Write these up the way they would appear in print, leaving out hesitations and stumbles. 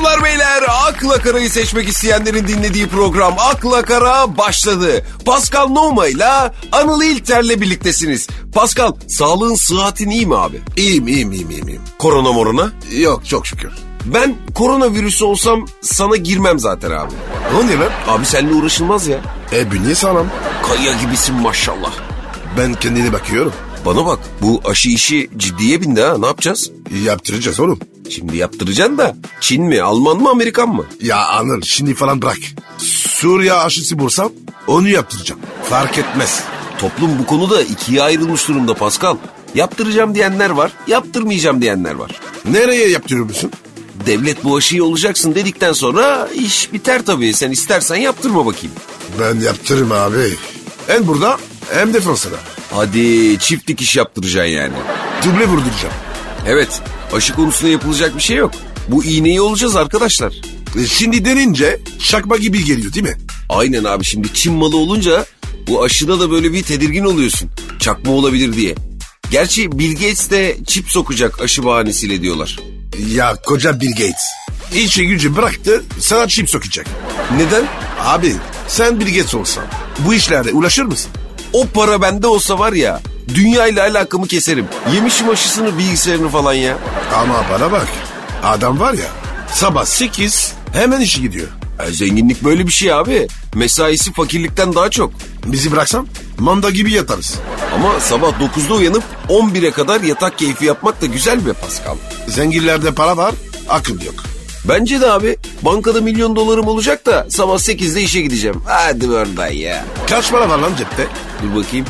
Hanımlar beyler, Akla Kara'yı seçmek isteyenlerin dinlediği program Akla Kara başladı. Pascal Nouma ile Anıl İlter'le birliktesiniz. Pascal, sağlığın sıhhatin iyi mi abi? İyiyim. Korona morona? Yok, çok şükür. Ben koronavirüsü olsam sana girmem zaten abi. O ne lan? Abi seninle uğraşılmaz ya. Bünye sağlam. Kaya gibisin maşallah. Ben kendine bakıyorum. Bana bak, bu aşı işi ciddiye bindi ha, ne yapacağız? Yaptıracağız oğlum. Şimdi yaptıracaksın da Çin mi, Alman mı, Amerikan mı? Ya Anıl, şimdi falan bırak. Suriye aşısı bulsam onu yaptıracağım. Fark etmez. Toplum bu konuda ikiye ayrılmış durumda Pascal. Yaptıracağım diyenler var, yaptırmayacağım diyenler var. Nereye yaptırıyor musun? Devlet bu aşıyı olacaksın dedikten sonra iş biter tabii. Sen istersen yaptırma bakayım. Ben yaptırırım abi. Hem burada hem de Fransa'da. Hadi çift dikiş yaptıracaksın yani. Duble vurduracağım. Evet, aşı konusunda yapılacak bir şey yok. Bu iğneyi olacağız arkadaşlar. Şimdi denince çakma gibi geliyor değil mi? Aynen abi, şimdi Çin malı olunca bu aşıda da böyle bir tedirgin oluyorsun. Çakma olabilir diye. Gerçi Bill Gates de çip sokacak aşı bahanesiyle diyorlar. Ya koca Bill Gates. İşi gücü bıraktı, sana çip sokacak. Neden? Abi sen Bill Gates olsan bu işlerde ulaşır mısın? O para bende olsa var ya, dünyayla alakamı keserim. Yemişim aşısını, bilgisayarını falan ya. Ama bana bak, adam var ya, sabah 8 hemen işe gidiyor. Zenginlik böyle bir şey abi. Mesaisi fakirlikten daha çok. Bizi bıraksan manda gibi yatarız. Ama sabah 9'da uyanıp 11'e kadar yatak keyfi yapmak da güzel be Pascal. Zenginlerde para var, akıl yok. Bence de abi, bankada milyon dolarım olacak da sabah 8'de işe gideceğim. Hadi oradan ya. Kaç para var lan cepte? Dur bakayım.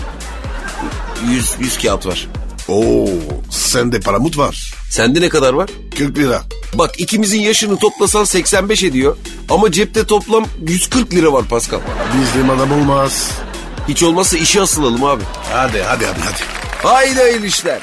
100 kağıt var. Oo, sende paramut var. Sende ne kadar var? 40 lira. Bak, ikimizin yaşını toplasan 85 ediyor. Ama cepte toplam 140 lira var Pascal. Bizim adam olmaz. Hiç olmazsa işe asılalım abi. Hadi. Haydi hayırlı işler.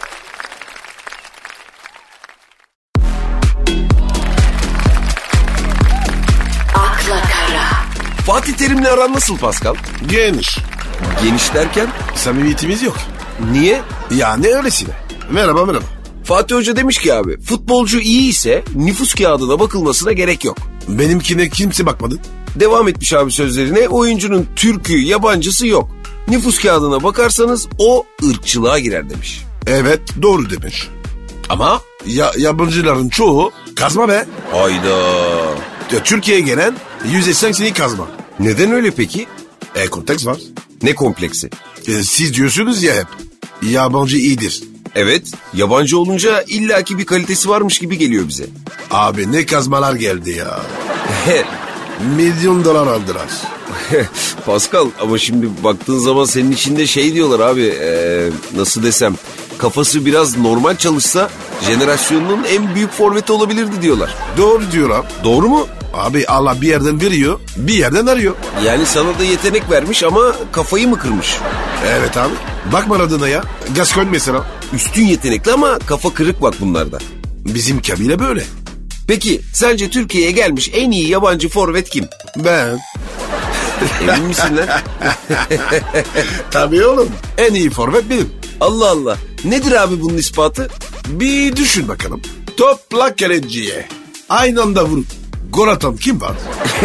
Akla Kara. Fatih Terim'le aran nasıl Pascal? Geniş. Geniş derken? Samimiyetimiz yok. Niye? Ya ne öylesine. Merhaba. Fatih Hoca demiş ki abi, futbolcu iyi ise nüfus kağıdına bakılmasına gerek yok. Benimkine kimse bakmadı. Devam etmiş abi sözlerine, oyuncunun Türk'ü yabancısı yok. Nüfus kağıdına bakarsanız o ırkçılığa girer demiş. Evet, doğru demiş. Ama? Yabancıların çoğu kazma be. Hayda. Türkiye'ye gelen %80'i kazma. Neden öyle peki? Konteks var. Ne kompleksi? Siz diyorsunuz ya hep. Yabancı iyidir. Evet, yabancı olunca illaki bir kalitesi varmış gibi geliyor bize. Abi ne kazmalar geldi ya. Milyon dolar aldılar. Pascal, ama şimdi baktığın zaman senin içinde şey diyorlar abi, nasıl desem, kafası biraz normal çalışsa jenerasyonunun en büyük forveti olabilirdi diyorlar. Doğru diyor abi. Doğru mu? Abi Allah bir yerden veriyor, bir yerden arıyor. Yani sana da yetenek vermiş ama kafayı mı kırmış? Evet abi. Bak Maradona ya. Gascoigne mesela. Üstün yetenekli ama kafa kırık bak bunlarda. Bizim kabile böyle. Peki sence Türkiye'ye gelmiş en iyi yabancı forvet kim? Ben. Emin misin lan? Tabii oğlum. En iyi forvet benim. Allah Allah. Nedir abi bunun ispatı? Bir düşün bakalım. Topla kaleciye. Aynı anda vurup gol atan kim var?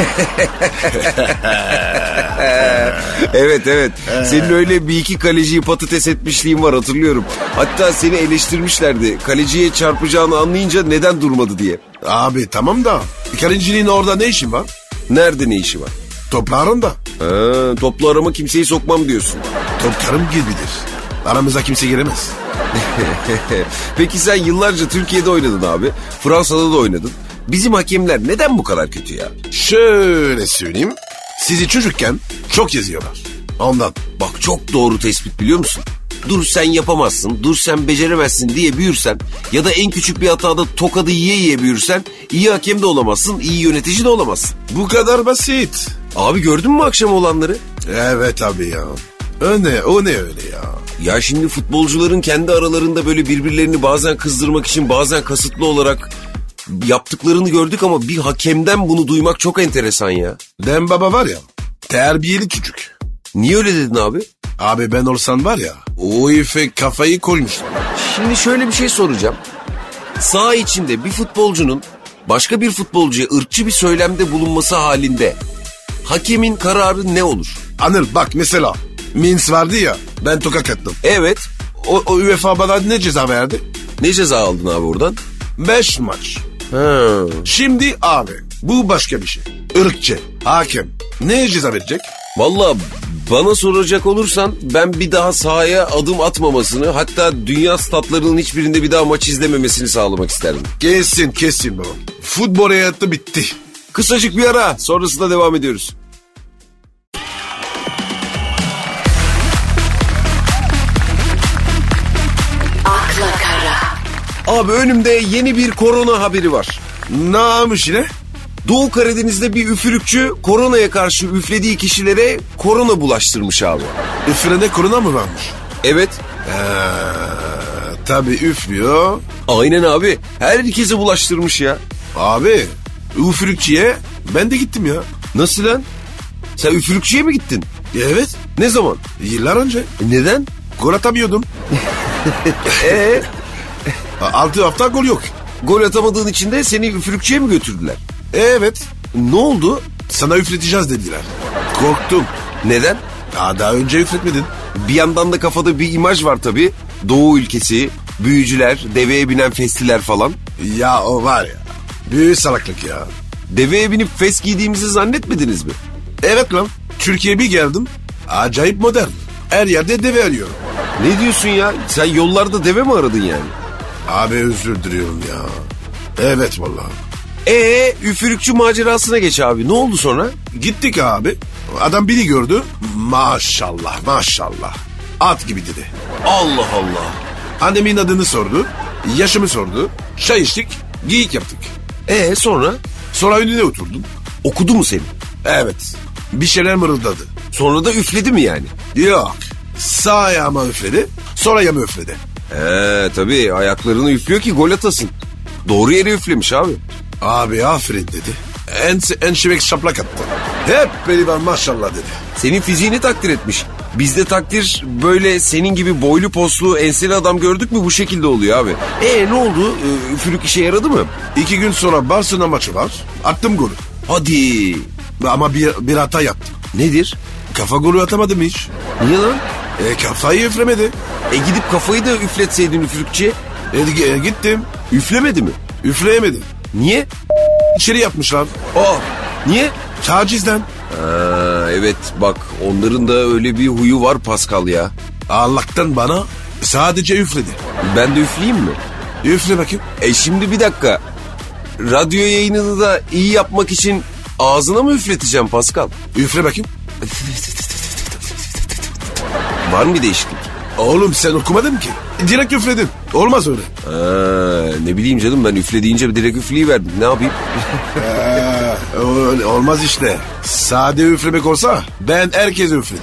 Evet. Senin öyle bir iki kaleciyi patates etmişliğin var, hatırlıyorum. Hatta seni eleştirmişlerdi. Kaleciye çarpacağını anlayınca neden durmadı diye. Abi tamam da kalecinin orada ne işin var? Nerede ne işi var? Toplarında. Toplu arama kimseyi sokmam diyorsun. Toplarım gibidir. Aramıza kimse giremez. Peki sen yıllarca Türkiye'de oynadın abi. Fransa'da da oynadın. Bizim hakemler neden bu kadar kötü ya? Şöyle söyleyeyim. Sizi çocukken çok yazıyorlar. Ondan. Bak, çok doğru tespit, biliyor musun? Dur sen yapamazsın, dur sen beceremezsin diye büyürsen ya da en küçük bir hatada tokadı yiye büyürsen iyi hakem de olamazsın, iyi yönetici de olamazsın. Bu kadar basit. Abi gördün mü akşam olanları? Evet abi ya. O ne öyle ya? Ya şimdi futbolcuların kendi aralarında böyle birbirlerini bazen kızdırmak için bazen kasıtlı olarak yaptıklarını gördük ama bir hakemden bunu duymak çok enteresan ya. Dembaba var ya, terbiyeli çocuk. Niye öyle dedin abi? Abi ben olsan var ya, o herife kafayı koymuştum. Şimdi şöyle bir şey soracağım. Saha içinde bir futbolcunun başka bir futbolcuya ırkçı bir söylemde bulunması halinde hakemin kararı ne olur? Anıl bak mesela Mins vardı ya, ben tokat attım. Evet. O UEFA bana ne ceza verdi? Ne ceza aldın abi oradan? 5 maç. Ha. Şimdi abi bu başka bir şey. Irkçı, hakem ne ceza verecek? Vallahi bana soracak olursan ben bir daha sahaya adım atmamasını, hatta dünya statlarının hiçbirinde bir daha maç izlememesini sağlamak isterdim. Kesin baba. Futbol hayatı bitti. Kısacık bir ara, sonrasında devam ediyoruz. akla kara, Abi önümde yeni bir korona haberi var. Ne yapmış yine? Doğu Karadeniz'de bir üfürükçü koronaya karşı üflediği kişilere korona bulaştırmış abi. Üfürende korona mı varmış? Evet. Tabii üflüyor. Aynen abi. Herkese bulaştırmış ya. Abi üfürükçüye ben de gittim ya. Nasıl lan? Sen üfürükçüye mi gittin? Evet. Ne zaman? Yıllar önce. Neden? Gol atamıyordum. 6 hafta gol yok. Gol atamadığın için de seni üfürükçüye mi götürdüler? Evet. Ne oldu? Sana üfleteceğiz dediler. Korktum. Neden? Daha önce üfletmedin. Bir yandan da kafada bir imaj var tabii. Doğu ülkesi, büyücüler, deveye binen festiler falan. Ya o var ya. Büyük salaklık ya. Deveye binip fes giydiğimizi zannetmediniz mi? Evet lan. Türkiye'ye bir geldim. Acayip modern. Her yerde deve arıyorum. Ne diyorsun ya? Sen yollarda deve mi aradın yani? Abi özür diliyorum ya. Evet vallahi. Üfürükçü macerasına geç abi. Ne oldu sonra? Gittik abi. Adam biri gördü. Maşallah. At gibi dedi. Allah Allah. Annemin adını sordu. Yaşımı sordu. Çay içtik. Geyik yaptık. Sonra? Sonra önüne oturdum. Okudu mu seni? Evet. Bir şeyler mırıldadı. Sonra da üfledi mi yani? Yok. Sağ ayağıma üfledi. Sol ayağıma üfledi. Tabii ayaklarını üflüyor ki gol atasın. Doğru yere üflemiş abi. Abi aferin dedi. En şivek şaplak attı. Hep pelivan maşallah dedi. Senin fiziğini takdir etmiş. Bizde takdir böyle senin gibi boylu poslu enseli adam gördük mü bu şekilde oluyor abi. Ne oldu? Üfürük işe yaradı mı? 2 gün sonra Barcelona maçı var. Attım golü. Hadi. Ama bir hata yaptım. Nedir? Kafa golü atamadım hiç. Niye lan? Kafayı üflemedi. Gidip kafayı da üfletseydin üfürükçüye. Gittim. Üflemedi mi? Üfleyemedim. Niye? İçeri yapmışlar. Niye? Tacizden. Evet bak onların da öyle bir huyu var Pascal ya. Allah'tan bana sadece üfledi. Ben de üfleyeyim mi? Üfle bakayım. Şimdi bir dakika. Radyo yayınını da iyi yapmak için ağzına mı üfleteceğim Pascal? Üfle bakayım. Var mı bir değişiklik? Oğlum sen okumadın ki. Direkt üfledin. Olmaz öyle. Ne bileyim canım ben üflediğince direkt üfleyiverdim. Ne yapayım? Öyle olmaz işte. Sade üflemek olsa ben herkese üfledim.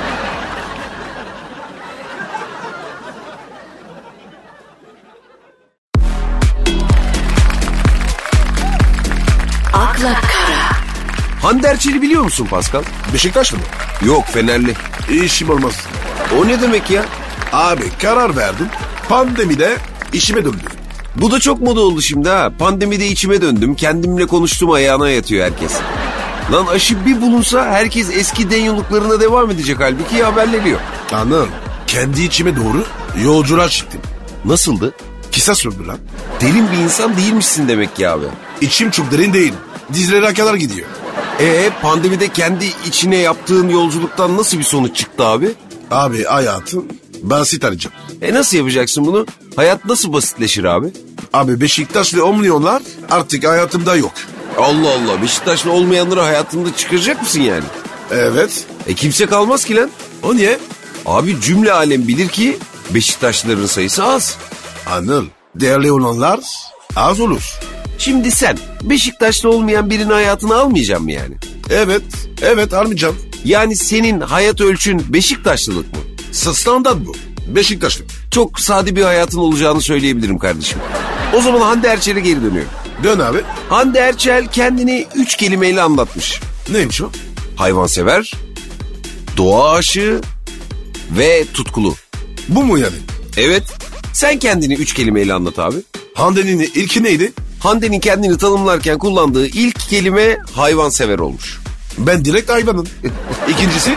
akla kara, Hande Erçel'i biliyor musun Pascal? Beşiktaşlı mı? Yok Fenerli. İşim olmaz. O ne demek ya? Abi karar verdim. Pandemide işime döndüm. Bu da çok moda oldu şimdi ha. Pandemide içime döndüm. Kendimle konuştum ayağına yatıyor herkes. Lan aşı bir bulunsa herkes eski denyoluklarına devam edecek halbuki haberleniyor. Anladım. Kendi içime doğru yolculuğa çıktım. Nasıldı? Kısa sürdü lan. Derin bir insan değilmişsin demek ki abi. İçim çok derin değil. Dizlere kadar gidiyor. Pandemide kendi içine yaptığın yolculuktan nasıl bir sonuç çıktı abi? Abi hayatım basit arayacağım. Nasıl yapacaksın bunu? Hayat nasıl basitleşir abi? Abi Beşiktaşlı olmayanlar artık hayatımda yok. Allah Allah, Beşiktaşlı olmayanları hayatında çıkaracak mısın yani? Evet. Kimse kalmaz ki lan. O niye? Abi cümle alem bilir ki Beşiktaşlıların sayısı az. Anıl. Değerli olanlar az olur. Şimdi sen Beşiktaşlı olmayan birini hayatına almayacak mı yani? Evet almayacağım. Yani senin hayat ölçün Beşiktaşlılık mı? Standart bu. Beşiktaşlı. Çok sade bir hayatın olacağını söyleyebilirim kardeşim. O zaman Hande Erçel'e geri dönüyor. Dön abi. Hande Erçel kendini 3 kelimeyle anlatmış. Neymiş o? Hayvansever, doğa aşığı ve tutkulu. Bu mu yani? Evet. Sen kendini 3 kelimeyle anlat abi. Hande'nin ilki neydi? Hande'nin kendini tanımlarken kullandığı ilk kelime hayvansever olmuş. Ben direkt hayvanım. İkincisi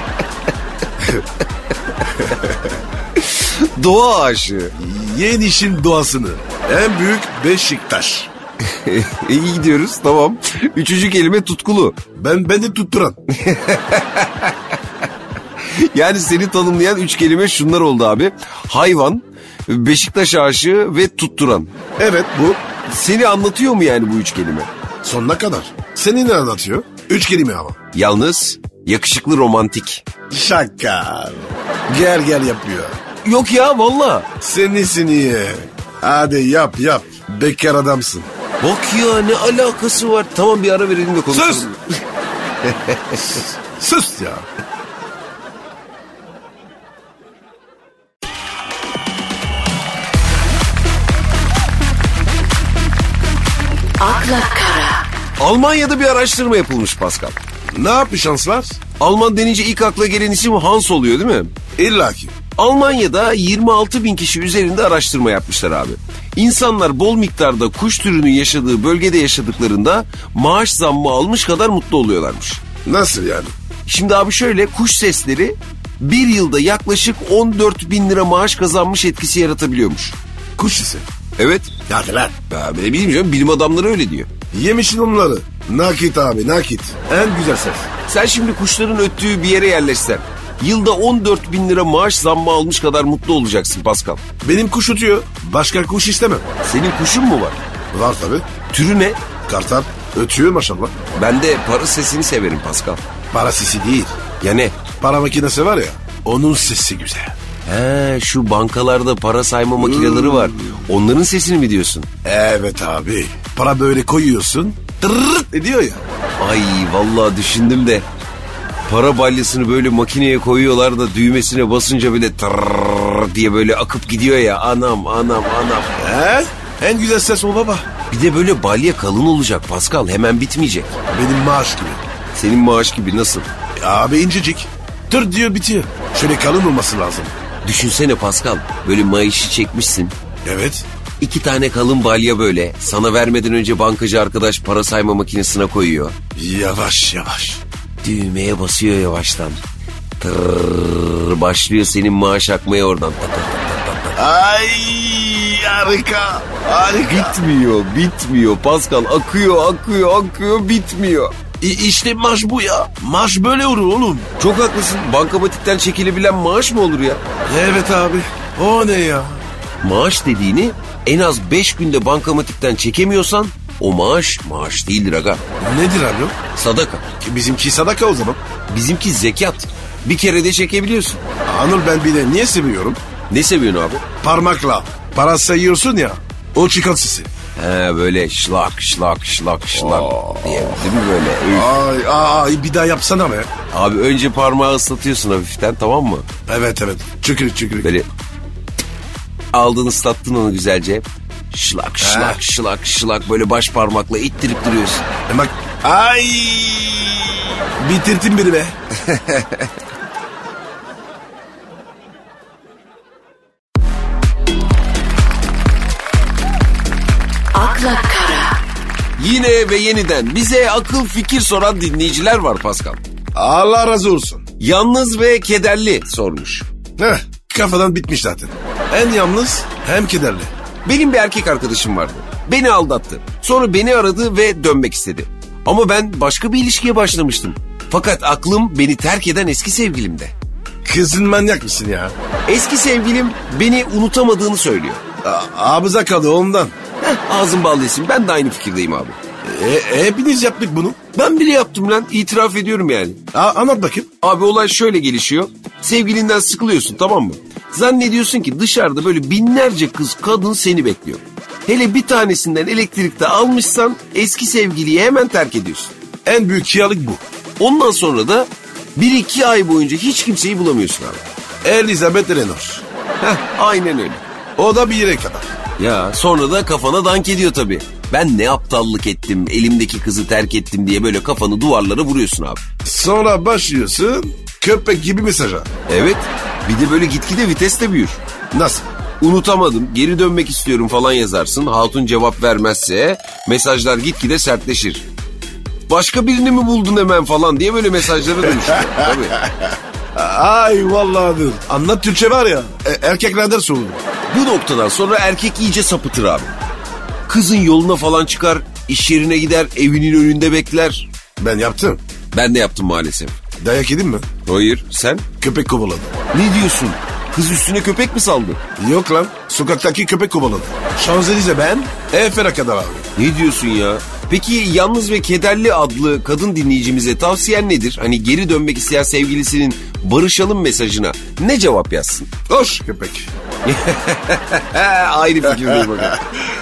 Doğa aşığı. yeni işin doğasını. En büyük Beşiktaş. İyi gidiyoruz, tamam. Üçüncü kelime tutkulu. Ben de tutturan. Yani seni tanımlayan üç kelime şunlar oldu abi. Hayvan, Beşiktaş aşığı ve tutturan. Evet bu. Seni anlatıyor mu yani bu üç kelime? Sonuna kadar. Seni ne anlatıyor? 3 kelime ama. Yalnız, yakışıklı, romantik. Şaka. Gel yapıyor. Yok ya, valla. Seni. Hadi yap. Bekar adamsın. Bak ya, ne alakası var? Tamam, bir ara verelim de konuşalım. Sus. Sus ya. akla kara, Almanya'da bir araştırma yapılmış Pascal. Ne yapmış şanslar? Alman denince ilk akla gelen isim Hans oluyor değil mi? İlla ki. Almanya'da 26 bin kişi üzerinde araştırma yapmışlar abi. İnsanlar bol miktarda kuş türünün yaşadığı bölgede yaşadıklarında maaş zammı almış kadar mutlu oluyorlarmış. Nasıl yani? Şimdi abi şöyle, kuş sesleri bir yılda yaklaşık 14 bin lira maaş kazanmış etkisi yaratabiliyormuş. Kuş sesi. Evet. Hadi lan. Ya ne bileyim canım, bilim adamları öyle diyor. Yemişin onları. Nakit abi nakit. En güzel ses. Sen şimdi kuşların öttüğü bir yere yerleşsen, yılda 14 bin lira maaş zammı almış kadar mutlu olacaksın Pascal. Benim kuş ötüyor. Başka kuş istemem. Senin kuşun mu var? Var tabii. Türü ne? Kartal. Ötüyor maşallah. Ben de para sesini severim Pascal. Para sesi değil. Ya ne? Para makinesi var ya. Onun sesi güzel. He, şu bankalarda para sayma makineleri var. Onların sesini mi diyorsun? Evet abi. Para böyle koyuyorsun. Tırırt ediyor ya. Ay vallahi düşündüm de. Para balyasını böyle makineye koyuyorlar da düğmesine basınca böyle tırrrr diye böyle akıp gidiyor ya. Anam. He? En güzel ses o baba. Bir de böyle balya kalın olacak Pascal, hemen bitmeyecek. Benim maaş gibi. Senin maaş gibi nasıl? Abi incecik. Tır diyor bitiyor. Şöyle kalın olması lazım. Düşünsene Pascal, böyle maaşı çekmişsin. Evet. 2 tane kalın balya böyle sana vermeden önce bankacı arkadaş para sayma makinesine koyuyor. Yavaş. Düğmeye basıyor yavaştan. Tırrrr, başlıyor senin maaş akmaya oradan. Ay harika. Bitmiyor Pascal, akıyor bitmiyor. İşte maaş bu ya. Maaş böyle olur oğlum. Çok haklısın, bankamatikten çekilebilen maaş mı olur ya? Evet abi. O ne ya? Maaş dediğini en az 5 günde bankamatikten çekemiyorsan o maaş değildir aga. Nedir abi o? Sadaka. Bizimki sadaka o zaman. Bizimki zekat. Bir kere de çekebiliyorsun. Anıl ben bir de niye seviyorum? Ne seviyorsun abi? Parmakla. Para sayıyorsun ya. O çıkan sesi. He, böyle şlak diye, değil mi böyle? Üf. Ay bir daha yapsana be. Abi önce parmağı ıslatıyorsun hafiften, tamam mı? Evet. Çükürük. Böyle aldın, ıslattın onu güzelce. Şlak böyle baş parmakla ittirip duruyorsun. Bak. Ay. Bitirdin beni be. akla kara, Yine ve yeniden bize akıl fikir soran dinleyiciler var Pascal. Allah razı olsun. Yalnız ve kederli sormuş. Kafadan bitmiş zaten. Hem yalnız hem kederli. Benim bir erkek arkadaşım vardı. Beni aldattı. Sonra beni aradı ve dönmek istedi. Ama ben başka bir ilişkiye başlamıştım. Fakat aklım beni terk eden eski sevgilimde. Kızın manyak mısın ya? Eski sevgilim beni unutamadığını söylüyor. Hafıza kaldı ondan. Ağzım bal yesin, ben de aynı fikirdeyim abi. Hepiniz yaptık bunu. Ben bile yaptım lan, itiraf ediyorum yani. Anlat bakayım. Abi olay şöyle gelişiyor. Sevgilinden sıkılıyorsun, tamam mı? Zannediyorsun ki dışarıda böyle binlerce kız kadın seni bekliyor. Hele bir tanesinden elektrikte almışsan eski sevgiliyi hemen terk ediyorsun. En büyük kiyalık bu. Ondan sonra da 1-2 ay boyunca hiç kimseyi bulamıyorsun abi. Elizabeth Reynor. Aynen öyle. O da bir yere kadar. Ya sonra da kafana dank ediyor tabii. Ben ne aptallık ettim, elimdeki kızı terk ettim diye böyle kafanı duvarlara vuruyorsun abi. Sonra başlıyorsun köpek gibi mesaja. Evet, bir de böyle gitgide vites de büyür. Nasıl? Unutamadım, geri dönmek istiyorum falan yazarsın. Hatun cevap vermezse mesajlar gitgide sertleşir. Başka birini mi buldun hemen falan diye böyle mesajlara dönüşüyor. Tabii. Ay vallahi dur. Anlat Türkçe var ya. Erkeklerden sorulur. Bu noktadan sonra erkek iyice sapıtır abi. Kızın yoluna falan çıkar, iş yerine gider, evinin önünde bekler. Ben yaptım. Ben de yaptım maalesef. Dayak yedin mi? Hayır, sen? Köpek kovaladı. Ne diyorsun? Kız üstüne köpek mi saldı? Yok lan. Sokaktaki köpek kovaladı. Şanzelize ben. Efen'e kadar abi. Ne diyorsun ya? Peki Yalnız ve Kederli adlı kadın dinleyicimize tavsiyen nedir? Hani geri dönmek isteyen sevgilisinin barışalım mesajına ne cevap yazsın? Hoş köpek. Aynı fikirdeyiz bakın.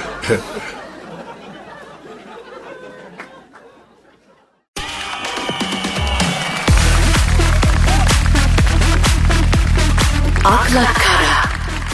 akla kara,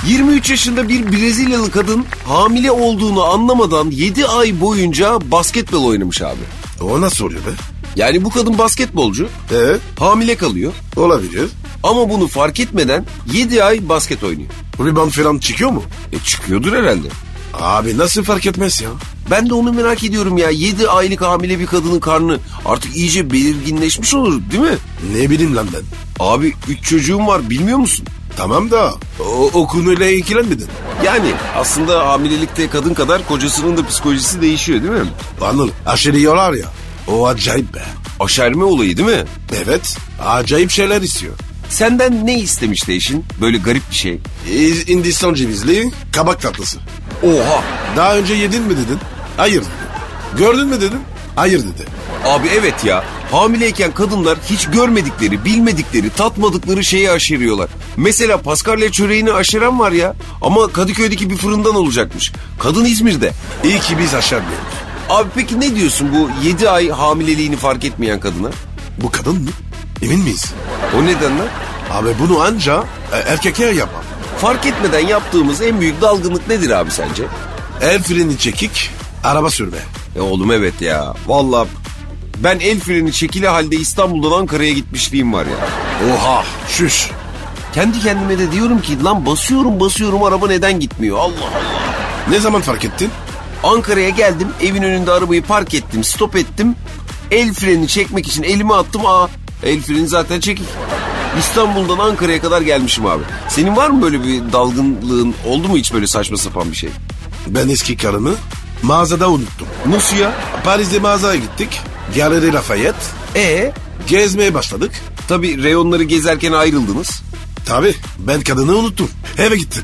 23 yaşında bir Brezilyalı kadın hamile olduğunu anlamadan 7 ay boyunca basketbol oynamış abi. O nasıl oluyor be? Yani bu kadın basketbolcu, hamile kalıyor Olabilir. ama bunu fark etmeden 7 ay basket oynuyor. Rebound falan çıkıyor mu? Çıkıyordur herhalde. Abi nasıl fark etmez ya? Ben de onu merak ediyorum ya. 7 aylık hamile bir kadının karnı artık iyice belirginleşmiş olur değil mi? Ne bileyim lan ben. Abi 3 çocuğum var, bilmiyor musun? Tamam da o konuyla ilgilenmedin. Yani aslında hamilelikte kadın kadar kocasının da psikolojisi değişiyor değil mi? Anıl aşeriyorlar ya. O acayip be. Aşerme olayı değil mi? Evet. Acayip şeyler istiyor. Senden ne istemişti eşin? Böyle garip bir şey. Hindistan cevizli kabak tatlısı. Oha! Daha önce yedin mi dedin? Hayır dedi. Gördün mü dedim? Hayır dedi. Abi evet ya. Hamileyken kadınlar hiç görmedikleri, bilmedikleri, tatmadıkları şeyi aşeriyorlar. Mesela paskalya çöreğini aşeren var ya. Ama Kadıköy'deki bir fırından olacakmış. Kadın İzmir'de. İyi ki biz aşermiyoruz. Abi peki ne diyorsun bu 7 ay hamileliğini fark etmeyen kadına? Bu kadın mı? Emin miyiz? O nedenle? Abi bunu anca erkekler yapar. Fark etmeden yaptığımız en büyük dalgınlık nedir abi sence? El freni çekik, araba sürme. Oğlum evet ya. Vallahi ben el freni çekili halde İstanbul'dan Ankara'ya gitmişliğim var ya. Oha, şuş. Kendi kendime de diyorum ki lan basıyorum araba neden gitmiyor? Allah Allah. Ne zaman fark ettin? Ankara'ya geldim, evin önünde arabayı park ettim, stop ettim. El freni çekmek için elimi attım. El freni zaten çekik. İstanbul'dan Ankara'ya kadar gelmişim abi. Senin var mı böyle bir dalgınlığın, oldu mu hiç böyle saçma sapan bir şey? Ben eski karımı mağazada unuttum. Nasıl ya? Paris'te mağazaya gittik. Galeri Lafayette. Gezmeye başladık. Tabii reyonları gezerken ayrıldınız. Tabii ben kadını unuttum. Eve gittim.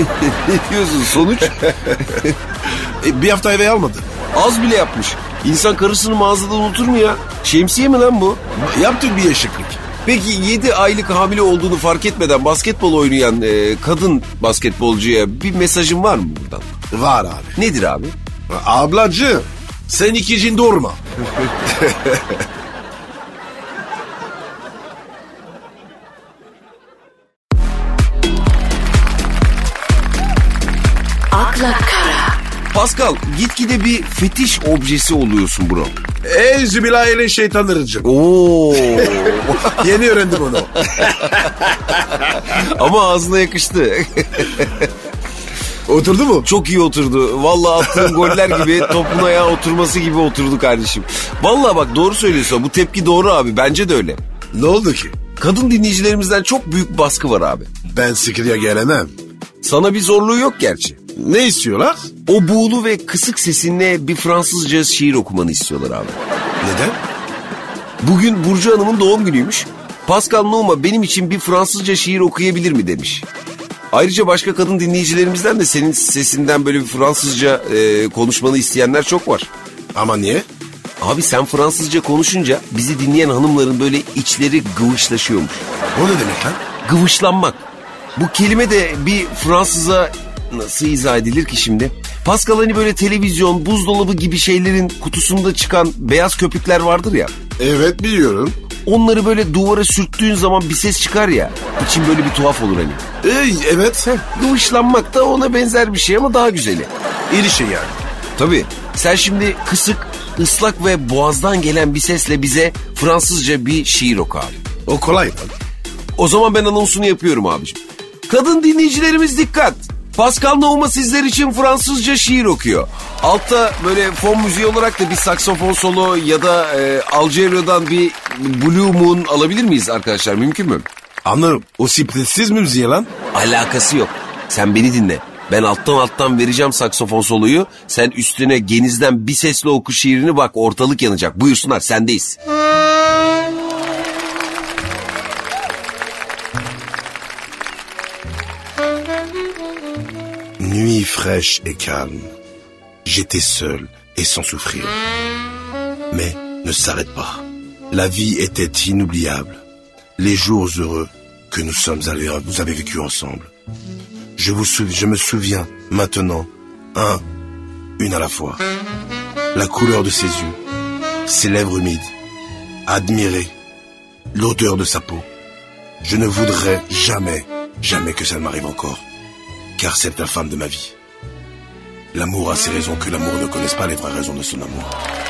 Ne diyorsun sonuç? Bir hafta eve almadı. Az bile yapmış. İnsan karısını mağazada unutur mu ya? Şemsiye mi lan bu? Yaptık bir eşeklik. Peki 7 aylık hamile olduğunu fark etmeden basketbol oynayan kadın basketbolcuya bir mesajın var mı buradan? Var abi. Nedir abi? Ablacığım sen ikicin doğurma. akla kara, Pascal gitgide bir fetiş objesi oluyorsun bro. Euzubillahimineşşeytanirracim. Oo. Yeni öğrendim onu. Ama ağzına yakıştı. Oturdu mu? Çok iyi oturdu. Vallahi attığın goller gibi topun ayağa oturması gibi oturdu kardeşim. Vallahi bak doğru söylüyorsun. Bu tepki doğru abi. Bence de öyle. Ne oldu ki? Kadın dinleyicilerimizden çok büyük baskı var abi. Ben sıkıya gelemem. Sana bir zorluğu yok gerçi. Ne istiyorlar? O buğulu ve kısık sesinle bir Fransızca şiir okumanı istiyorlar abi. Neden? Bugün Burcu Hanım'ın doğum günüymüş. Pascal Nouma benim için bir Fransızca şiir okuyabilir mi demiş. Ayrıca başka kadın dinleyicilerimizden de senin sesinden böyle bir Fransızca konuşmanı isteyenler çok var. Ama niye? Abi sen Fransızca konuşunca bizi dinleyen hanımların böyle içleri gıvışlaşıyormuş. O ne demek lan? Gıvışlanmak. Bu kelime de bir Fransız'a nasıl izah edilir ki şimdi? Pascal hani böyle televizyon, buzdolabı gibi şeylerin kutusunda çıkan beyaz köpükler vardır ya. Evet biliyorum. Onları böyle duvara sürttüğün zaman bir ses çıkar ya. İçin böyle bir tuhaf olur hani. Evet. Gıvışlanmak da ona benzer bir şey ama daha güzeli. İyi şey yani. Tabii. Sen şimdi kısık, ıslak ve boğazdan gelen bir sesle bize Fransızca bir şiir oku abi. O kolay lan. O zaman ben anonsunu yapıyorum abiciğim. Kadın dinleyicilerimiz dikkat. Pascal Nohuma sizler için Fransızca şiir okuyor. Altta böyle fon müziği olarak da bir saksofon solo ya da Algeria'dan bir Blue Moon alabilir miyiz arkadaşlar? Mümkün mü? Anlarım. O siz mi müziği lan? Alakası yok. Sen beni dinle. Ben alttan vereceğim saksofon soloyu. Sen üstüne genizden bir sesle oku şiirini, bak ortalık yanacak. Buyursunlar, sendeyiz. Nuit fraîche et calme. J'étais seul et sans souffrir. Mais ne s'arrête pas. La vie était inoubliable. Les jours heureux que vous avez vécu ensemble. Je me souviens maintenant, une à la fois. La couleur de ses yeux, ses lèvres humides, admirer l'odeur de sa peau. Je ne voudrais jamais que ça ne m'arrive encore. Car c'est la femme de ma vie. L'amour a ses raisons que l'amour ne connaisse pas les vraies raisons de son amour.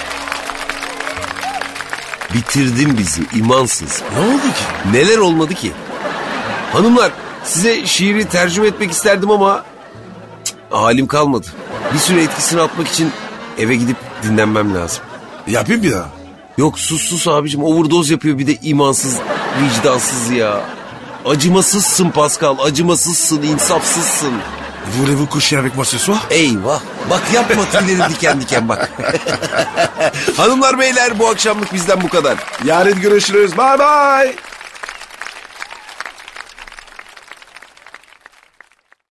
Bitirdin bizi imansız. Ne oldu ki? Neler olmadı ki? Hanımlar, size şiiri tercüme etmek isterdim ama halim kalmadı. Bir süre etkisini atmak için eve gidip dinlenmem lazım. Yapayım bir daha. Yok sus abicim, overdose yapıyor bir de imansız, vicdansız ya. Acımasızsın Pascal, acımasızsın, insafsızsın. Voulez-vous coucher avec moi ce soir? Eyvah, bak yapma, tüylerim diken diken bak. Hanımlar beyler, bu akşamlık bizden bu kadar. Yarın görüşürüz, bye bye.